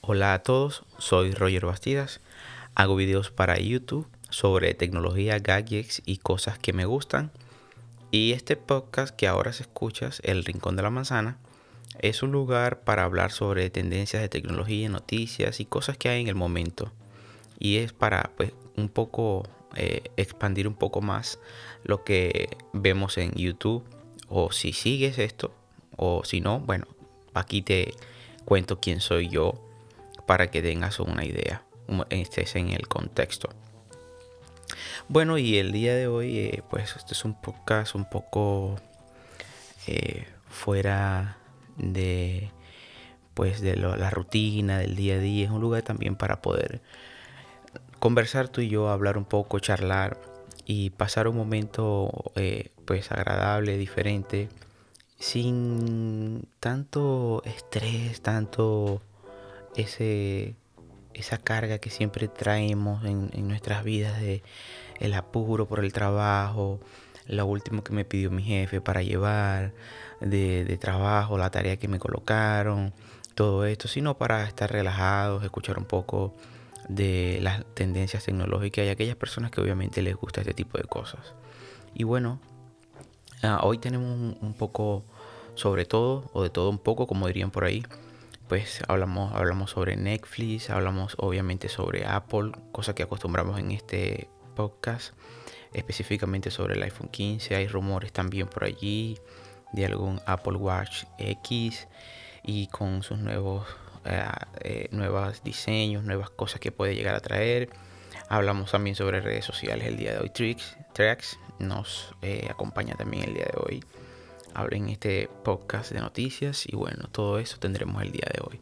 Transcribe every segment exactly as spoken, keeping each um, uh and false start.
Hola a todos, soy Roger Bastidas. Hago videos para YouTube sobre tecnología, gadgets y cosas que me gustan. Y este podcast que ahora se escuchas, El Rincón de la Manzana, es un lugar para hablar sobre tendencias de tecnología, noticias y cosas que hay en el momento. Y es para pues un poco eh, expandir un poco más lo que vemos en YouTube. O si sigues esto, o si no, bueno, aquí te cuento quién soy yo para que tengas una idea, estés en el contexto. Bueno, y el día de hoy, eh, pues este es un podcast un poco eh, fuera de, pues de lo, la rutina del día a día. Es un lugar también para poder conversar tú y yo, hablar un poco, charlar y pasar un momento eh, pues agradable, diferente, sin tanto estrés, tanto ese esa carga que siempre traemos en, en nuestras vidas de el apuro por el trabajo, lo último que me pidió mi jefe para llevar, de, de trabajo, la tarea que me colocaron, todo esto, sino para estar relajados, escuchar un poco de las tendencias tecnológicas y aquellas personas que obviamente les gusta este tipo de cosas. Y bueno, uh, hoy tenemos un, un poco sobre todo, o de todo un poco, como dirían por ahí. Pues hablamos, hablamos sobre Netflix, hablamos obviamente sobre Apple, cosa que acostumbramos en este podcast, específicamente sobre el iPhone quince. Hay rumores también por allí de algún Apple Watch X y con sus nuevos eh, eh, nuevos diseños, nuevas cosas que puede llegar a traer. Hablamos también sobre redes sociales el día de hoy. Trix, Trax nos eh, acompaña también el día de hoy. Hablen en este podcast de noticias y bueno, todo eso tendremos el día de hoy.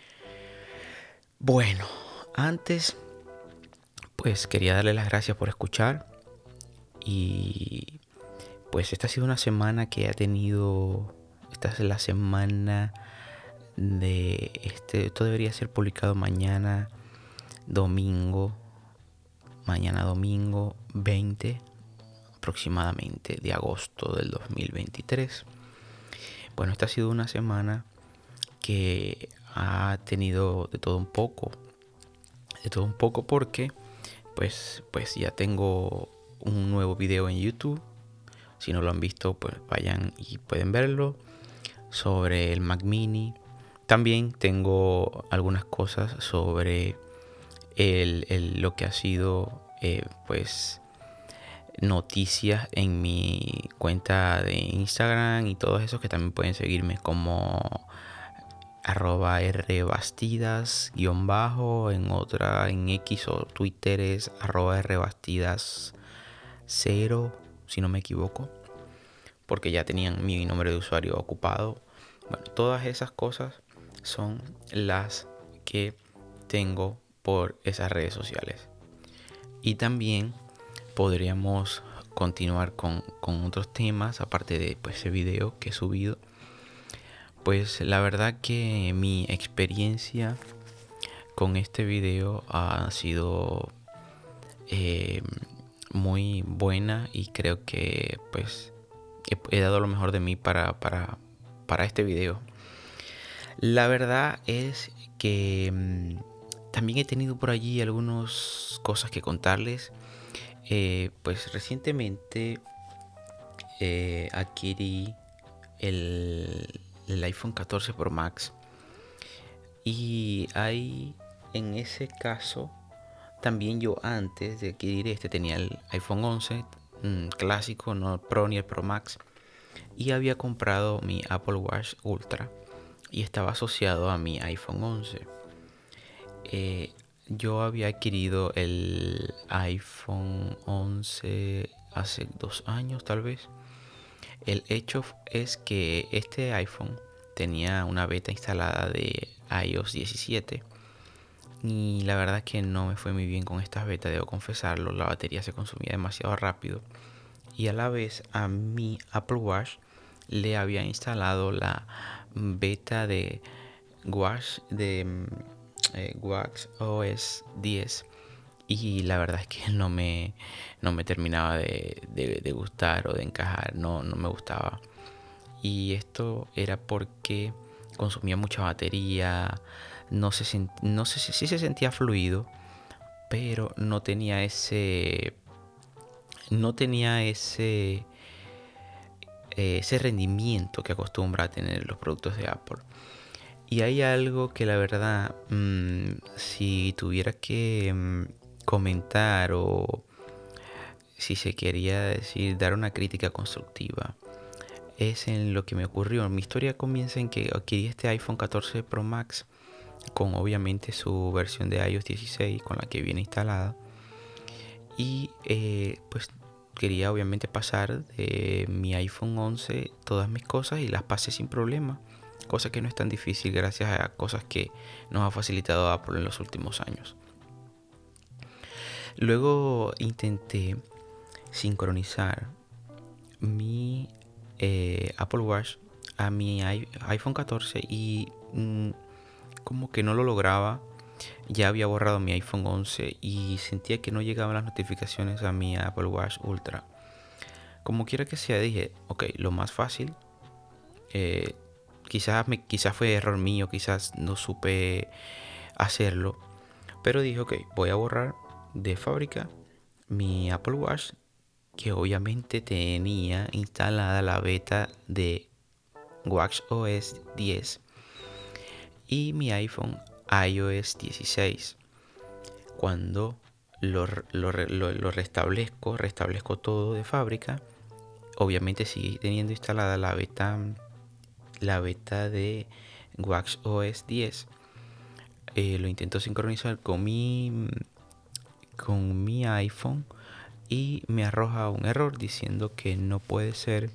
Bueno, antes pues quería darle las gracias por escuchar y pues esta ha sido una semana que ha tenido, esta es la semana de este, esto debería ser publicado mañana domingo, mañana domingo veinte aproximadamente de agosto del dos mil veintitrés. Bueno, esta ha sido una semana que ha tenido de todo un poco, de todo un poco porque pues, pues ya tengo un nuevo video en YouTube. Si no lo han visto, pues vayan y pueden verlo, sobre el Mac Mini. También tengo algunas cosas sobre el, el, lo que ha sido eh, pues noticias en mi cuenta de Instagram y todos esos que también pueden seguirme como arroba rbastidas guión bajo, en otra en X o Twitter es arroba rbastidas cero si no me equivoco, porque ya tenían mi nombre de usuario ocupado. Bueno, todas esas cosas son las que tengo por esas redes sociales. Y también podríamos continuar con, con otros temas aparte de pues, ese video que he subido. Pues la verdad que mi experiencia con este video ha sido eh, muy buena y creo que pues he, he dado lo mejor de mí para, para, para este video. La verdad es que mmm, también he tenido por allí algunas cosas que contarles. Eh, pues recientemente eh, adquirí el, el iPhone catorce Pro Max. Y hay en ese caso, también yo antes de adquirir este tenía el iPhone once mmm, clásico, no el Pro ni el Pro Max. Y había comprado mi Apple Watch Ultra y estaba asociado a mi iPhone once. Eh, yo había adquirido el iPhone once hace dos años tal vez. El hecho es que este iPhone tenía una beta instalada de iOS diecisiete y la verdad es que no me fue muy bien con estas betas, debo confesarlo. La batería se consumía demasiado rápido y a la vez a mi Apple Watch le había instalado la beta de Watch de eh, Wax O S diez y la verdad es que no me, no me terminaba de, de, de gustar o de encajar, no, no me gustaba. Y esto era porque consumía mucha batería, no se sent- no sé si sí se sentía fluido, pero no tenía ese no tenía ese eh, ese rendimiento que acostumbra a tener los productos de Apple. Y hay algo que la verdad, mmm, si tuviera que mmm, comentar, o si se quería decir, dar una crítica constructiva, es en lo que me ocurrió. Mi historia comienza en que adquirí este iPhone catorce Pro Max con obviamente su versión de iOS dieciséis con la que viene instalada. Y eh, pues quería obviamente pasar de mi iPhone once todas mis cosas, y las pasé sin problema. Cosa que no es tan difícil gracias a cosas que nos ha facilitado Apple en los últimos años. Luego intenté sincronizar mi eh, Apple Watch a mi iPhone catorce y mmm, como que no lo lograba. Ya había borrado mi iPhone once y sentía que no llegaban las notificaciones a mi Apple Watch Ultra. Como quiera que sea, dije, ok, lo más fácil, eh, quizás, me, quizás fue error mío, quizás no supe hacerlo, pero dije, ok, voy a borrar de fábrica mi Apple Watch, que obviamente tenía instalada la beta de WatchOS diez, y mi iPhone iOS dieciséis. Cuando lo, lo, lo, lo restablezco, restablezco todo de fábrica, obviamente sigue teniendo instalada la beta, la beta de WatchOS diez. Eh, lo intento sincronizar con mi, con mi iPhone y me arroja un error diciendo que no puede ser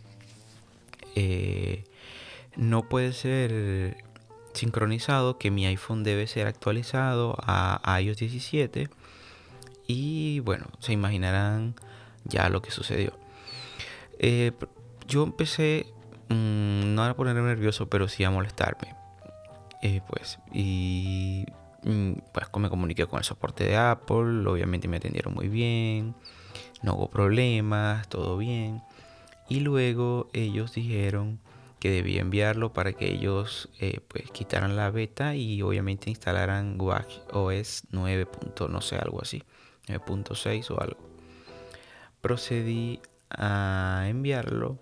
eh, no puede ser sincronizado, que mi iPhone debe ser actualizado a iOS diecisiete. Y bueno, se imaginarán ya lo que sucedió. Eh, yo empecé mmm, no a ponerme nervioso, pero sí a molestarme. Eh, pues, y mmm, pues me comuniqué con el soporte de Apple. Obviamente me atendieron muy bien, no hubo problemas, todo bien. Y luego ellos dijeron que debía enviarlo para que ellos eh, pues quitaran la beta y obviamente instalaran WatchOS nueve. No sé, algo así, nueve punto seis o algo. Procedí a enviarlo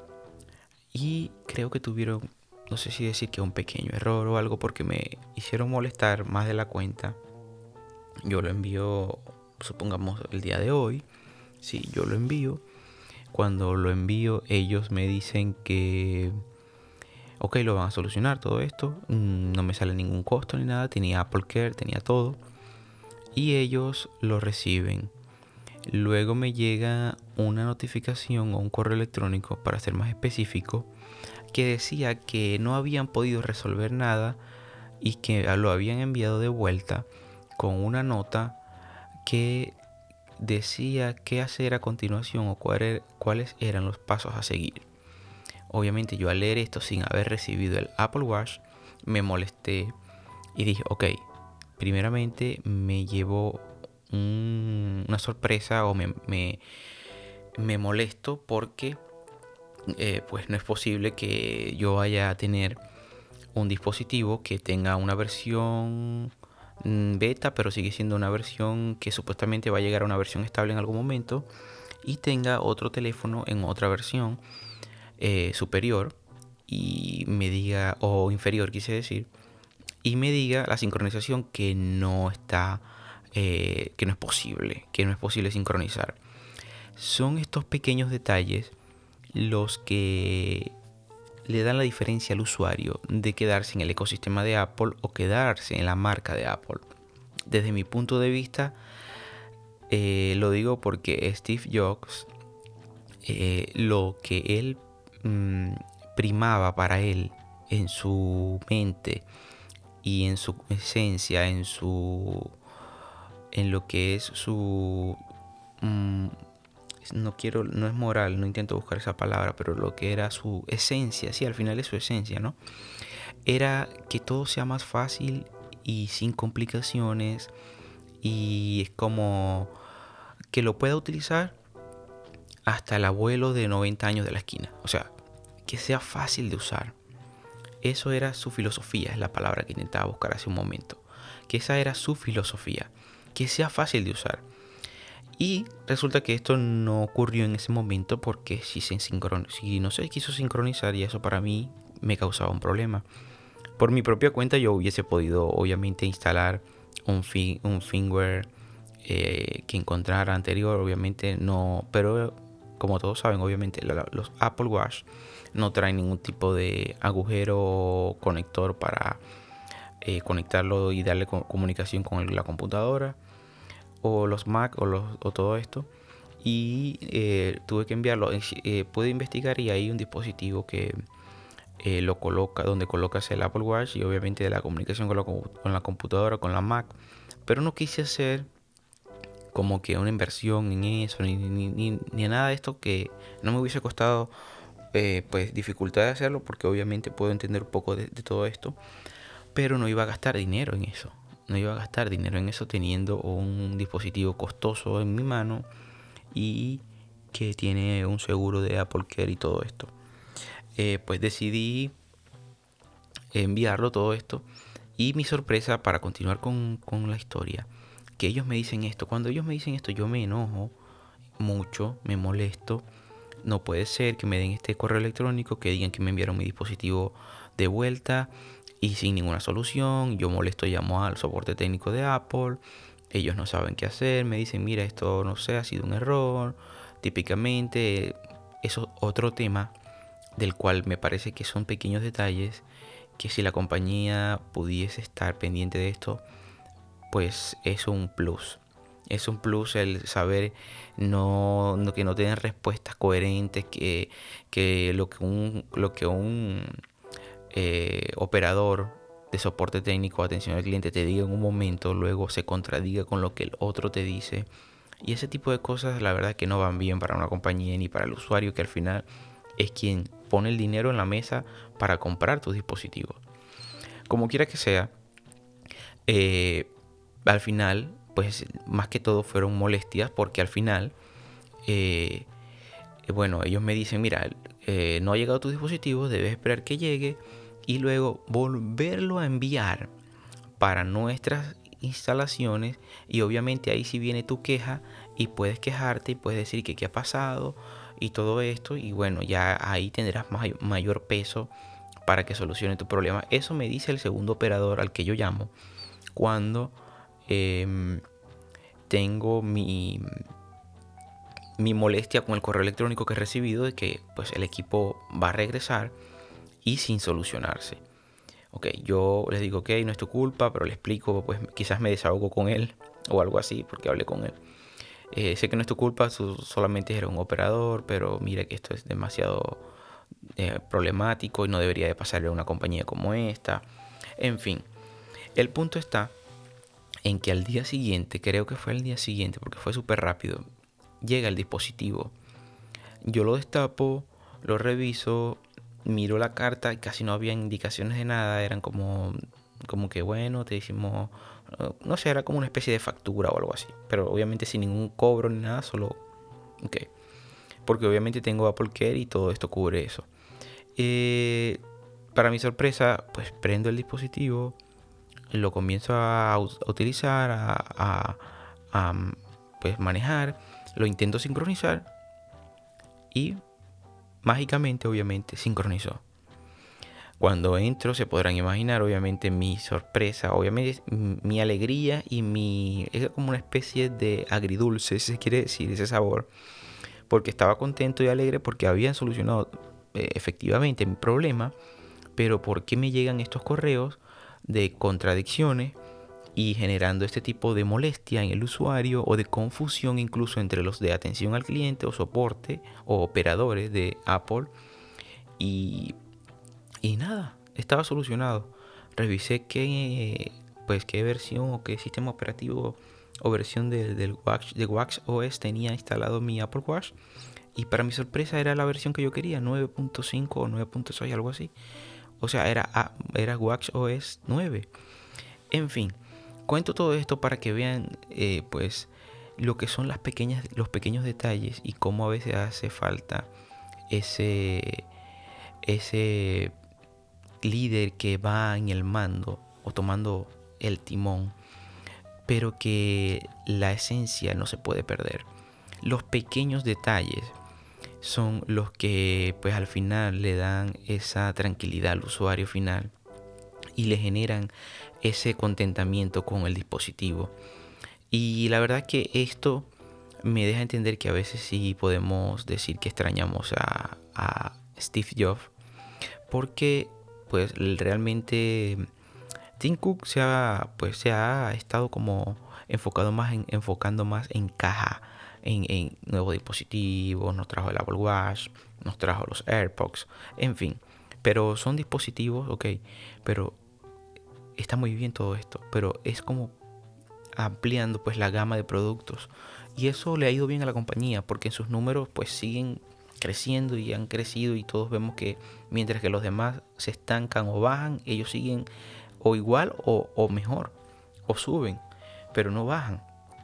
y creo que tuvieron, no sé si decir que un pequeño error o algo, porque me hicieron molestar más de la cuenta. Yo lo envío, supongamos, el día de hoy. Sí, yo lo envío. Cuando lo envío, ellos me dicen que ok, lo van a solucionar todo esto. No me sale ningún costo ni nada. Tenía Apple Care, tenía todo. Y ellos lo reciben. Luego me llega una notificación o un correo electrónico, para ser más específico, que decía que no habían podido resolver nada y que lo habían enviado de vuelta con una nota que decía qué hacer a continuación o cuáles eran los pasos a seguir. Obviamente yo al leer esto sin haber recibido el Apple Watch me molesté y dije, ok, primeramente me llevó un, una sorpresa, o me, me, me molesto porque eh, pues no es posible que yo vaya a tener un dispositivo que tenga una versión beta, pero sigue siendo una versión que supuestamente va a llegar a una versión estable en algún momento, y tenga otro teléfono en otra versión eh, superior y me diga, o inferior quise decir, y me diga la sincronización que no está, eh, que no es posible, que no es posible sincronizar. Son estos pequeños detalles los que le dan la diferencia al usuario de quedarse en el ecosistema de Apple o quedarse en la marca de Apple. Desde mi punto de vista, eh, lo digo porque Steve Jobs, eh, lo que él mmm, primaba para él en su mente y en su esencia, en su en lo que es su mmm, no quiero, no es moral, no intento buscar esa palabra, pero lo que era su esencia, sí, al final es su esencia, ¿no? Era que todo sea más fácil y sin complicaciones, y es como que lo pueda utilizar hasta el abuelo de noventa años de la esquina. O sea, que sea fácil de usar. eso era su filosofía, es la palabra que intentaba buscar hace un momento. Que esa era su filosofía, que sea fácil de usar. Y resulta que esto no ocurrió en ese momento porque si, se sincron si no se quiso sincronizar, y eso para mí me causaba un problema. Por mi propia cuenta yo hubiese podido obviamente instalar un, fi un firmware eh, que encontrara anterior, obviamente no, pero como todos saben, obviamente la, los Apple Watch no traen ningún tipo de agujero o conector para eh, conectarlo y darle co comunicación con la computadora, o los Mac o, los, o todo esto. Y eh, tuve que enviarlo. Eh, pude investigar y hay un dispositivo que eh, lo coloca, donde colocas el Apple Watch y obviamente de la comunicación con la, con la computadora, con la Mac. Pero no quise hacer como que una inversión en eso, ni, ni, ni, ni nada de esto que no me hubiese costado eh, pues dificultad de hacerlo, porque obviamente puedo entender un poco de, de todo esto, pero no iba a gastar dinero en eso. No iba a gastar dinero en eso teniendo un dispositivo costoso en mi mano y que tiene un seguro de Apple Care y todo esto. Eh, pues decidí enviarlo todo esto, y mi sorpresa, para continuar con, con la historia, que ellos me dicen esto. Cuando ellos me dicen esto yo me enojo mucho, me molesto. No puede ser que me den este correo electrónico, que digan que me enviaron mi dispositivo de vuelta y sin ninguna solución. Yo molesto, llamo al soporte técnico de Apple, ellos no saben qué hacer, me dicen mira, esto no sé, ha sido un error. Típicamente eso es otro tema del cual me parece que son pequeños detalles que si la compañía pudiese estar pendiente de esto, pues es un plus. Es un plus el saber no, no que no tienen respuestas coherentes, que, que lo que un, lo que un eh, operador de soporte técnico, atención al cliente, te diga en un momento, luego se contradiga con lo que el otro te dice. Y ese tipo de cosas, la verdad, que no van bien para una compañía ni para el usuario, que al final es quien pone el dinero en la mesa para comprar tus dispositivos. Como quiera que sea, eh, al final, pues más que todo fueron molestias, porque al final, eh, bueno, ellos me dicen, mira, eh, no ha llegado tu dispositivo, debes esperar que llegue y luego volverlo a enviar para nuestras instalaciones, y obviamente ahí sí viene tu queja y puedes quejarte y puedes decir que qué ha pasado y todo esto, y bueno, ya ahí tendrás mayor peso para que solucione tu problema. Eso me dice el segundo operador al que yo llamo cuando eh, tengo mi, mi molestia con el correo electrónico que he recibido de que pues el equipo va a regresar y sin solucionarse. Ok, yo les digo, ok, no es tu culpa, pero le explico, pues quizás me desahogo con él o algo así, porque hablé con él. Eh, sé que no es tu culpa, tú solamente eres un operador, pero mira que esto es demasiado eh, problemático y no debería de pasarle a una compañía como esta. En fin, el punto está en que al día siguiente, creo que fue el día siguiente, porque fue súper rápido, llega el dispositivo. Yo lo destapo, lo reviso, miro la carta y casi no había indicaciones de nada. Eran como, como que bueno, te decimos, no sé, era como una especie de factura o algo así. Pero obviamente sin ningún cobro ni nada, solo, ok. Porque obviamente tengo Apple Care y todo esto cubre eso. Eh, para mi sorpresa, pues prendo el dispositivo, lo comienzo a, a utilizar, a, a, a pues manejar, lo intento sincronizar y mágicamente, obviamente, sincronizó. Cuando entro, se podrán imaginar, obviamente, mi sorpresa, obviamente, mi alegría y mi... Es como una especie de agridulce, si se quiere decir, ese sabor. Porque estaba contento y alegre porque habían solucionado eh, efectivamente mi problema. Pero ¿por qué me llegan estos correos de contradicciones y generando este tipo de molestia en el usuario o de confusión incluso entre los de atención al cliente o soporte o operadores de Apple? Y, y nada, estaba solucionado. Revisé qué, pues, qué versión o qué sistema operativo o versión de, del Watch, de Watch O S tenía instalado mi Apple Watch. Y para mi sorpresa era la versión que yo quería, nueve punto cinco o nueve punto seis, algo así. O sea, era, era Watch O S nueve. En fin, cuento todo esto para que vean eh, pues lo que son las pequeñas, los pequeños detalles y cómo a veces hace falta ese, ese líder que va en el mando o tomando el timón, pero que la esencia no se puede perder. Los pequeños detalles son los que pues al final le dan esa tranquilidad al usuario final y le generan ese contentamiento con el dispositivo. Y la verdad que esto me deja entender que a veces sí podemos decir que extrañamos a, a Steve Jobs, porque pues realmente Tim Cook se ha, pues, se ha estado como enfocado más en, enfocando más en caja, en, en nuevos dispositivos. Nos trajo el Apple Watch, nos trajo los AirPods, en fin. Pero son dispositivos, ok, pero está muy bien todo esto, pero es como ampliando pues la gama de productos, y eso le ha ido bien a la compañía porque en sus números pues siguen creciendo y han crecido, y todos vemos que mientras que los demás se estancan o bajan, ellos siguen o igual o, o mejor, o suben, pero no bajan.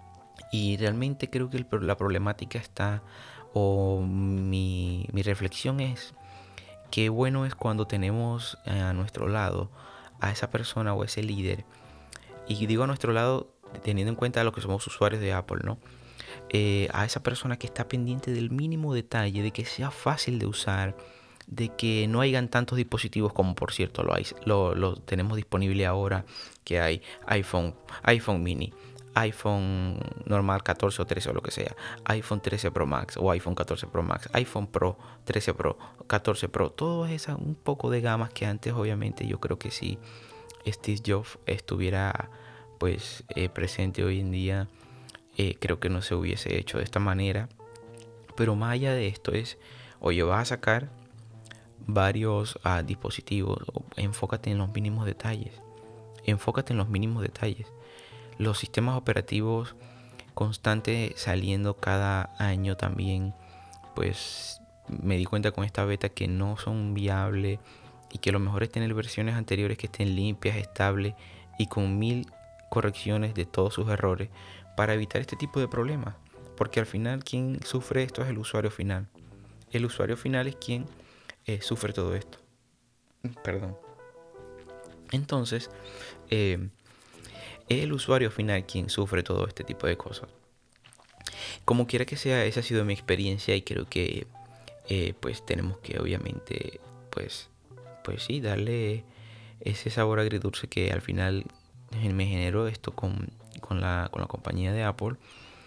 Y realmente creo que el, la problemática está, o mi, mi reflexión es, qué bueno es cuando tenemos a nuestro lado a esa persona o ese líder. Y digo a nuestro lado teniendo en cuenta lo que somos usuarios de Apple, ¿no? Eh, a esa persona que está pendiente del mínimo detalle, de que sea fácil de usar, de que no hayan tantos dispositivos como por cierto lo, hay, lo, lo tenemos disponible ahora, que hay iPhone, iPhone mini, iPhone normal catorce o trece o lo que sea, iPhone trece Pro Max o iPhone catorce Pro Max, iPhone Pro, trece Pro, catorce Pro, todo esas un poco de gamas que antes obviamente yo creo que si Steve Jobs estuviera pues eh, presente hoy en día, eh, creo que no se hubiese hecho de esta manera. Pero más allá de esto es, oye, vas a sacar varios uh, dispositivos, enfócate en los mínimos detalles, enfócate en los mínimos detalles. Los sistemas operativos constantes saliendo cada año también, pues me di cuenta con esta beta que no son viables, y que lo mejor es tener versiones anteriores que estén limpias, estables y con mil correcciones de todos sus errores para evitar este tipo de problemas. Porque al final quien sufre esto es el usuario final. El usuario final es quien eh, sufre todo esto. Perdón. Entonces, eh, es el usuario final quien sufre todo este tipo de cosas. Como quiera que sea, esa ha sido mi experiencia, y creo que eh, pues tenemos que obviamente pues, pues sí, darle ese sabor agridulce que al final me generó esto con, con, la, con la compañía de Apple.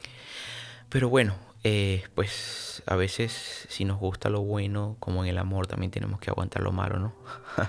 Pero bueno, eh, pues a veces si nos gusta lo bueno, como en el amor, también tenemos que aguantar lo malo, ¿no?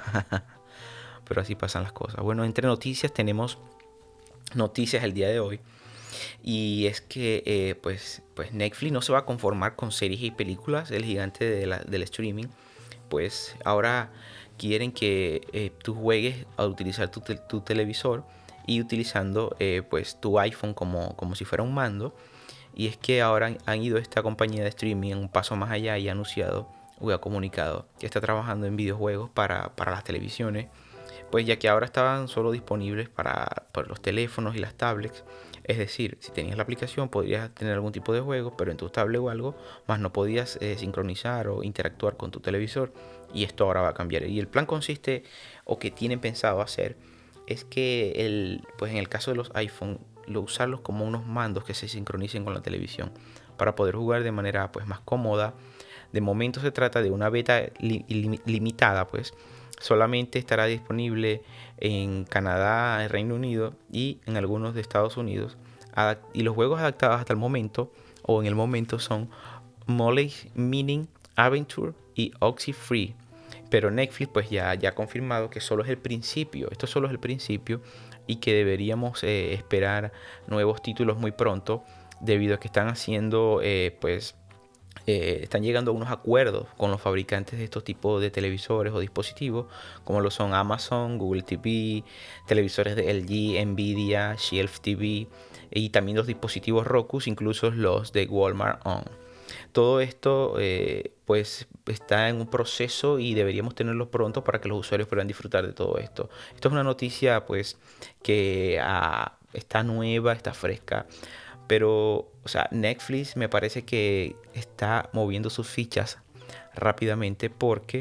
Pero así pasan las cosas. Bueno, entre noticias tenemos noticias el día de hoy. Y es que eh, pues, pues Netflix no se va a conformar con series y películas, el gigante de la, del streaming. Pues ahora quieren que eh, tú juegues a utilizar tu, te tu televisor y utilizando eh, pues tu iPhone como, como si fuera un mando. Y es que ahora han, han ido esta compañía de streaming un paso más allá y ha anunciado o ha comunicado que está trabajando en videojuegos para, para las televisiones, pues ya que ahora estaban solo disponibles para, para los teléfonos y las tablets. Es decir, si tenías la aplicación podrías tener algún tipo de juego, pero en tu tablet o algo más no podías eh, sincronizar o interactuar con tu televisor, y esto ahora va a cambiar. Y el plan consiste, o que tienen pensado hacer, es que el, pues en el caso de los iPhone, lo, usarlos como unos mandos que se sincronicen con la televisión para poder jugar de manera pues más cómoda. De momento se trata de una beta li, li, limitada, pues solamente estará disponible en Canadá, en Reino Unido y en algunos de Estados Unidos. Y los juegos adaptados hasta el momento, o en el momento, son Molly's Mining Adventure y Oxy Free. Pero Netflix pues ya, ya ha confirmado que solo es el principio. Esto solo es el principio, y que deberíamos eh, esperar nuevos títulos muy pronto, debido a que están haciendo eh, pues Eh, están llegando a unos acuerdos con los fabricantes de estos tipos de televisores o dispositivos, como lo son Amazon, Google T V, televisores de L G, Nvidia, Shelf T V, y también los dispositivos Roku, incluso los de Walmart On. Todo esto eh, pues está en un proceso y deberíamos tenerlo pronto para que los usuarios puedan disfrutar de todo esto. Esto es una noticia pues que ah, está nueva, está fresca. Pero, o sea, Netflix me parece que está moviendo sus fichas rápidamente, porque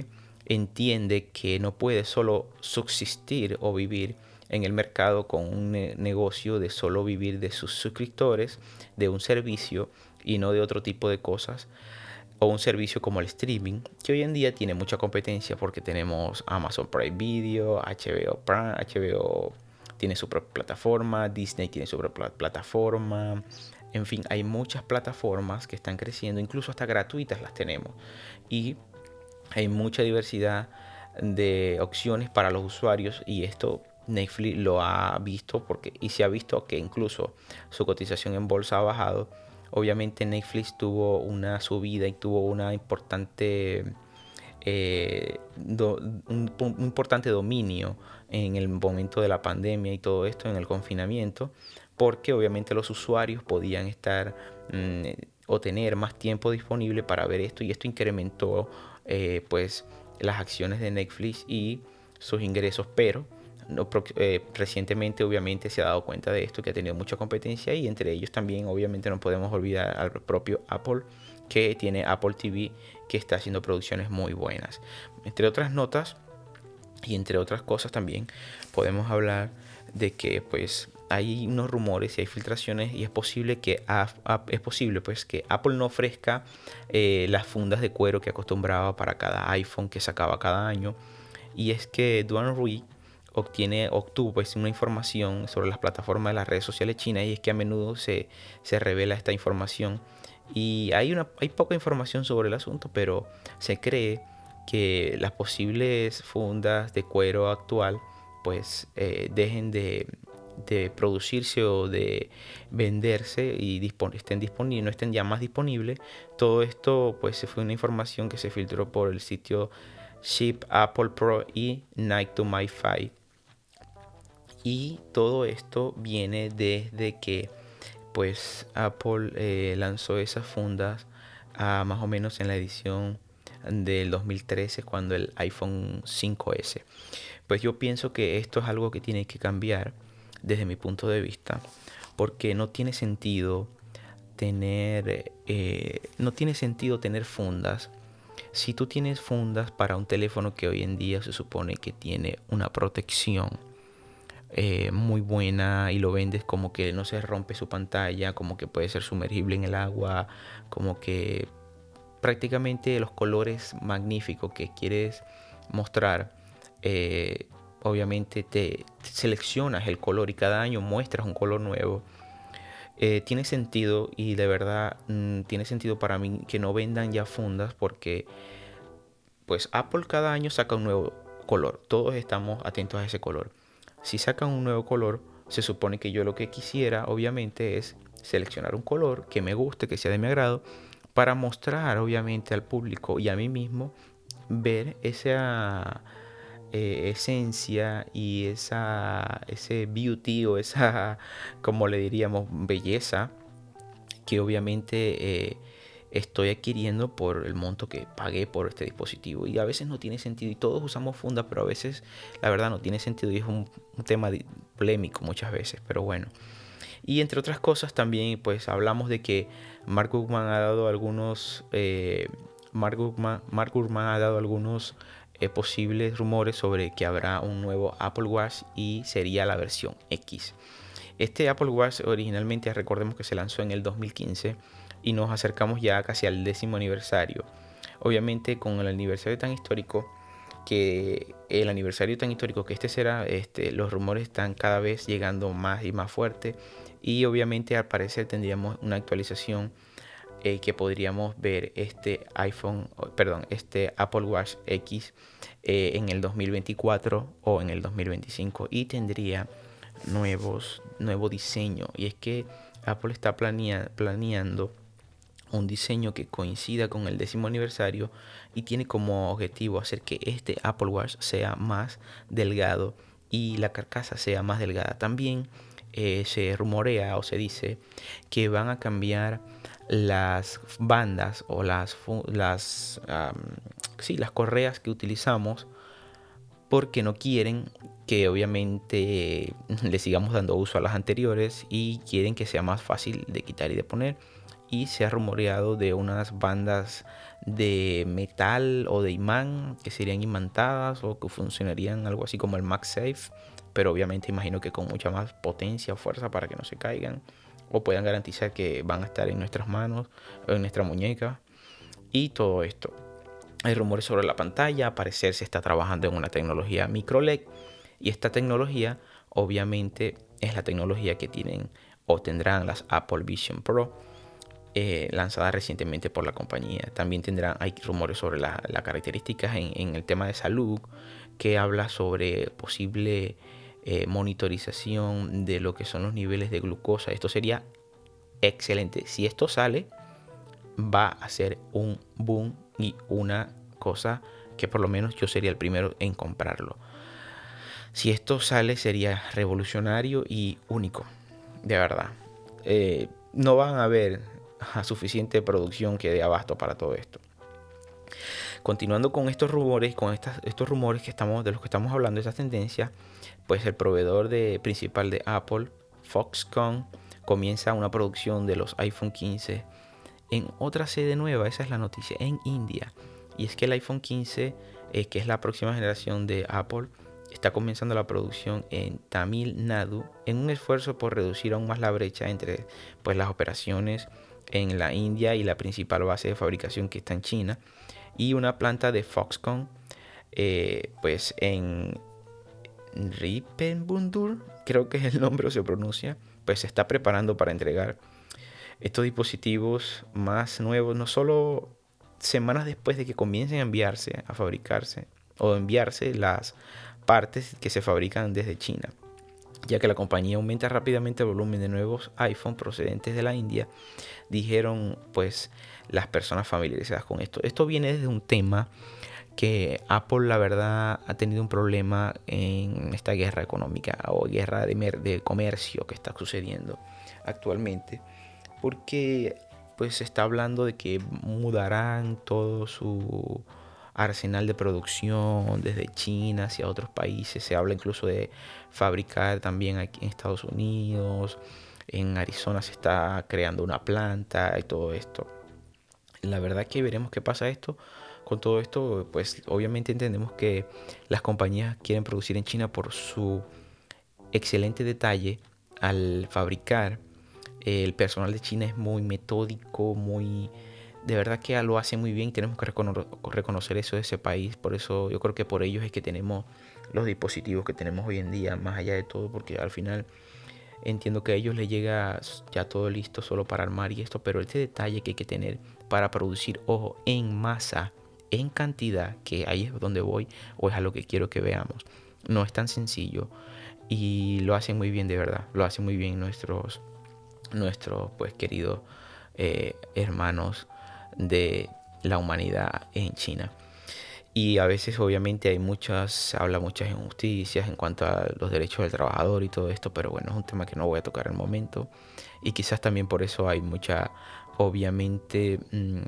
entiende que no puede solo subsistir o vivir en el mercado con un ne- negocio de solo vivir de sus suscriptores, de un servicio y no de otro tipo de cosas, o un servicio como el streaming, que hoy en día tiene mucha competencia porque tenemos Amazon Prime Video, H B O Prime, H B O tiene su propia plataforma, Disney tiene su propia plataforma, en fin, hay muchas plataformas que están creciendo, incluso hasta gratuitas las tenemos, y hay mucha diversidad de opciones para los usuarios, y esto Netflix lo ha visto porque y se ha visto que incluso su cotización en bolsa ha bajado. Obviamente Netflix tuvo una subida y tuvo una importante eh, do, un, un importante dominio en el momento de la pandemia y todo esto, en el confinamiento, porque obviamente los usuarios podían estar mmm, o tener más tiempo disponible para ver esto, y esto incrementó eh, pues las acciones de Netflix y sus ingresos, pero no, eh, recientemente obviamente se ha dado cuenta de esto, que ha tenido mucha competencia, y entre ellos también obviamente no podemos olvidar al propio Apple, que tiene Apple T V, que está haciendo producciones muy buenas. Entre otras notas y entre otras cosas también podemos hablar de que pues hay unos rumores y hay filtraciones, y es posible que es posible pues que Apple no ofrezca eh, las fundas de cuero que acostumbraba para cada iPhone que sacaba cada año. Y es que Duan Rui obtiene, obtuvo pues, una información sobre las plataformas de las redes sociales chinas, y es que a menudo se, se revela esta información, y hay, una, hay poca información sobre el asunto, pero se cree que las posibles fundas de cuero actual pues eh, dejen de, de producirse o de venderse y dispon estén disponibles, no estén ya más disponibles. Todo esto pues fue una información que se filtró por el sitio Ship Apple Pro y Nike to My Five. Y todo esto viene desde que pues Apple eh, lanzó esas fundas ah, más o menos en la edición del dos mil trece, cuando el iPhone cinco ese. Pues yo pienso que esto es algo que tiene que cambiar desde mi punto de vista, porque no tiene sentido tener eh, no tiene sentido tener fundas. Si tú tienes fundas para un teléfono que hoy en día se supone que tiene una protección eh, muy buena, y lo vendes como que no se rompe su pantalla, como que puede ser sumergible en el agua, como que prácticamente los colores magníficos que quieres mostrar, eh, obviamente te seleccionas el color y cada año muestras un color nuevo. Eh, tiene sentido, y de verdad mmm, tiene sentido para mí que no vendan ya fundas, porque pues Apple cada año saca un nuevo color. Todos estamos atentos a ese color. Si sacan un nuevo color, se supone que yo lo que quisiera, obviamente, es seleccionar un color que me guste, que sea de mi agrado, para mostrar, obviamente, al público y a mí mismo ver esa eh, esencia y esa ese beauty, o esa, como le diríamos, belleza, que obviamente eh, estoy adquiriendo por el monto que pagué por este dispositivo. Y a veces no tiene sentido, y todos usamos funda, pero a veces la verdad no tiene sentido, y es un, un tema polémico muchas veces, pero bueno. Y entre otras cosas también pues hablamos de que Mark Gurman ha dado algunos eh, Mark Gurman, Mark Gurman ha dado algunos eh, posibles rumores sobre que habrá un nuevo Apple Watch, y sería la versión X. Este Apple Watch originalmente, recordemos que se lanzó en el dos mil quince, y nos acercamos ya casi al décimo aniversario. Obviamente con el aniversario tan histórico que el aniversario tan histórico que este será, este, los rumores están cada vez llegando más y más fuerte, y obviamente al parecer tendríamos una actualización eh, que podríamos ver este iPhone, perdón, este Apple Watch X eh, en el dos mil veinticuatro o en el dos mil veinticinco, y tendría nuevos, nuevo diseño. Y es que Apple está planea, planeando un diseño que coincida con el décimo aniversario, y tiene como objetivo hacer que este Apple Watch sea más delgado y la carcasa sea más delgada. También eh, se rumorea o se dice que van a cambiar las bandas o las, las, um, sí, las correas que utilizamos, porque no quieren que obviamente le sigamos dando uso a las anteriores, y quieren que sea más fácil de quitar y de poner. y se ha rumoreado de unas bandas de metal o de imán que serían imantadas o que funcionarían algo así como el MagSafe, pero obviamente imagino que con mucha más potencia o fuerza para que no se caigan o puedan garantizar que van a estar en nuestras manos o en nuestra muñeca y todo esto. Hay rumores sobre la pantalla, al parecer se está trabajando en una tecnología micro L E D y esta tecnología obviamente es la tecnología que tienen o tendrán las Apple Vision Pro, eh, lanzadas recientemente por la compañía. También tendrán, hay rumores sobre las la características en, en el tema de salud, que habla sobre posible eh, monitorización de lo que son los niveles de glucosa. Esto sería excelente. Si esto sale, va a ser un boom y una cosa que por lo menos yo sería el primero en comprarlo. Si esto sale, sería revolucionario y único, de verdad. Eh, no van a haber suficiente producción que dé abasto para todo esto. Continuando con estos rumores, con estas, estos rumores que estamos, de los que estamos hablando, esas tendencias, pues el proveedor de, principal de Apple, Foxconn, comienza una producción de los iPhone quince en otra sede nueva. Esa es la noticia, en India. Y es que el iPhone quince, eh, que es la próxima generación de Apple, está comenzando la producción en Tamil Nadu en un esfuerzo por reducir aún más la brecha entre pues, las operaciones en la India y la principal base de fabricación que está en China, y una planta de Foxconn eh, pues en Rippenbundur, creo que es el nombre o se pronuncia, pues se está preparando para entregar estos dispositivos más nuevos, no solo semanas después de que comiencen a enviarse, a fabricarse o enviarse las partes que se fabrican desde China, ya que la compañía aumenta rápidamente el volumen de nuevos iPhone procedentes de la India, dijeron pues las personas familiarizadas con esto. Esto viene desde un tema que Apple, la verdad, ha tenido un problema en esta guerra económica o guerra de, de comercio que está sucediendo actualmente, porque pues se está hablando de que mudarán todo su arsenal de producción desde China hacia otros países. Se habla incluso de fabricar también aquí en Estados Unidos. En Arizona se está creando una planta y todo esto. La verdad que veremos qué pasa esto. Con todo esto, pues obviamente entendemos que las compañías quieren producir en China por su excelente detalle al fabricar. El personal de China es muy metódico, muy... De verdad que lo hace muy bien. Tenemos que recono reconocer eso de ese país. Por eso yo creo que por ellos es que tenemos los dispositivos que tenemos hoy en día, más allá de todo, porque al final entiendo que a ellos les llega ya todo listo solo para armar y esto, pero este detalle que hay que tener para producir, ojo, en masa, en cantidad, que ahí es donde voy o es a lo que quiero que veamos. No es tan sencillo y lo hacen muy bien, de verdad. Lo hacen muy bien nuestros, nuestros pues queridos eh, hermanos de la humanidad en China. Y a veces obviamente hay muchas, se habla muchas injusticias en cuanto a los derechos del trabajador y todo esto, pero bueno, es un tema que no voy a tocar al momento. Y quizás también por eso hay mucha, obviamente, mmm,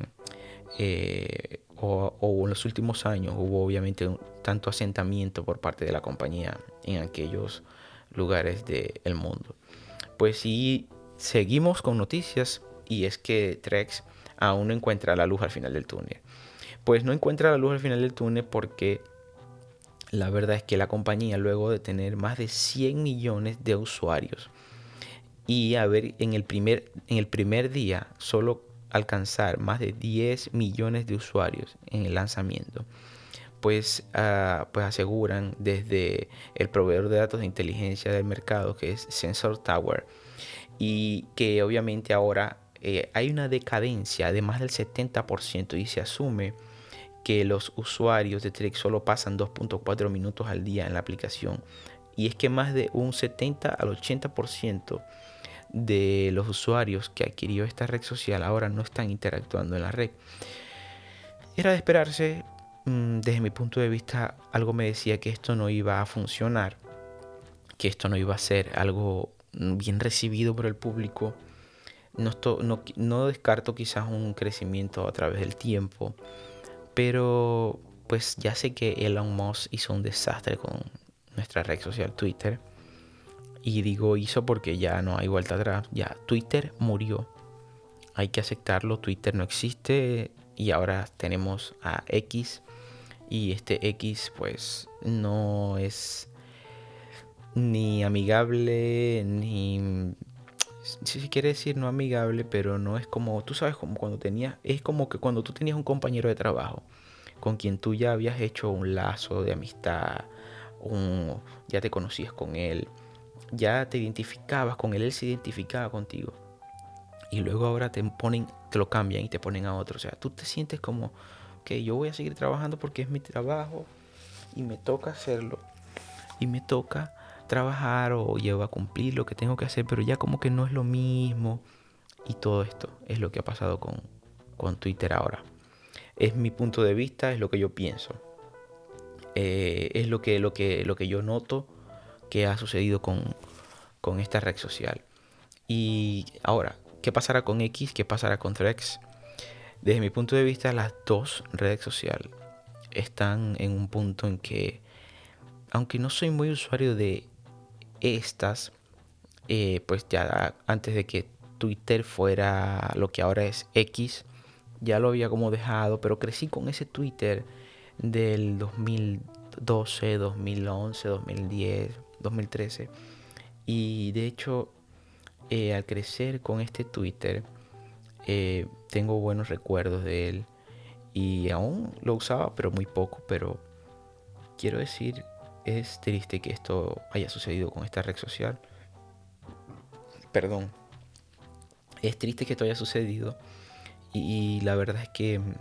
eh, o, o en los últimos años hubo obviamente un, tanto asentamiento por parte de la compañía en aquellos lugares del mundo. Pues sí, seguimos con noticias y es que Trex aún no encuentra la luz al final del túnel. Pues no encuentra la luz al final del túnel porque la verdad es que la compañía, luego de tener más de cien millones de usuarios y haber en el primer, en el primer día solo alcanzar más de diez millones de usuarios en el lanzamiento, pues, uh, pues aseguran desde el proveedor de datos de inteligencia del mercado, que es Sensor Tower, y que obviamente ahora eh, hay una decadencia de más del setenta por ciento y se asume que los usuarios de Trex solo pasan dos punto cuatro minutos al día en la aplicación. Y es que más de un setenta al ochenta por ciento de los usuarios que adquirió esta red social ahora no están interactuando en la red. Era de esperarse. Desde mi punto de vista, algo me decía que esto no iba a funcionar, que esto no iba a ser algo bien recibido por el público. No, no, no descarto quizás un crecimiento a través del tiempo, pero pues ya sé que Elon Musk hizo un desastre con nuestra red social Twitter. Y digo hizo porque ya no hay vuelta atrás. Ya Twitter murió. hay que aceptarlo. Twitter no existe y ahora tenemos a X, y este X pues no es ni amigable, ni, si se quiere decir no amigable, pero no es como, tú sabes, como cuando tenías, es como que cuando tú tenías un compañero de trabajo con quien tú ya habías hecho un lazo de amistad, un, ya te conocías con él, ya te identificabas con él, él se identificaba contigo. Y luego ahora te ponen, te lo cambian y te ponen a otro. O sea, tú te sientes como que yo voy a seguir trabajando porque es mi trabajo y me toca hacerlo. Y me toca trabajar o llevo a cumplir lo que tengo que hacer, pero ya como que no es lo mismo. Y todo esto es lo que ha pasado con, con Twitter ahora. Es mi punto de vista, es lo que yo pienso. Eh, es lo que, lo, que, lo que yo noto que ha sucedido con, con esta red social. Y ahora, ¿qué pasará con X? ¿Qué pasará con Threads? Desde mi punto de vista, las dos redes sociales están en un punto en que, aunque no soy muy usuario de estas, eh, pues ya antes de que Twitter fuera lo que ahora es X, ya lo había como dejado, pero crecí con ese Twitter del dos mil doce, dos mil once, dos mil diez, dos mil trece. Y de hecho, eh, al crecer con este Twitter, eh, tengo buenos recuerdos de él y aún lo usaba, pero muy poco. Pero quiero decir, es triste que esto haya sucedido con esta red social. Perdón, es triste que esto haya sucedido y, y la verdad es que mm,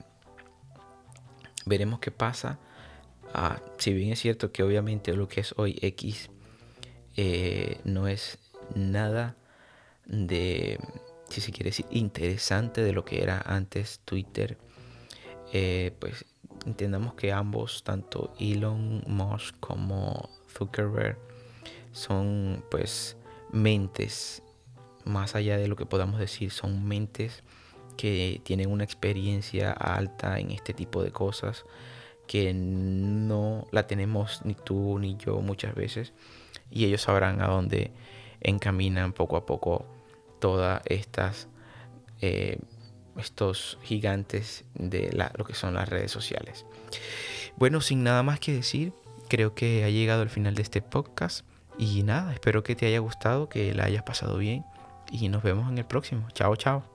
veremos qué pasa. Ah, si bien es cierto que obviamente lo que es hoy X eh, no es nada de, si se quiere decir, interesante de lo que era antes Twitter, eh, pues entendamos que ambos, tanto Elon Musk como Zuckerberg, son pues mentes, más allá de lo que podamos decir, son mentes que tienen una experiencia alta en este tipo de cosas que no la tenemos ni tú ni yo muchas veces, y ellos sabrán a dónde encaminan poco a poco todas estas eh, estos gigantes de la, lo que son las redes sociales. Bueno, sin nada más que decir, creo que ha llegado el final de este podcast y nada, espero que te haya gustado, que la hayas pasado bien y nos vemos en el próximo. Chao, chao.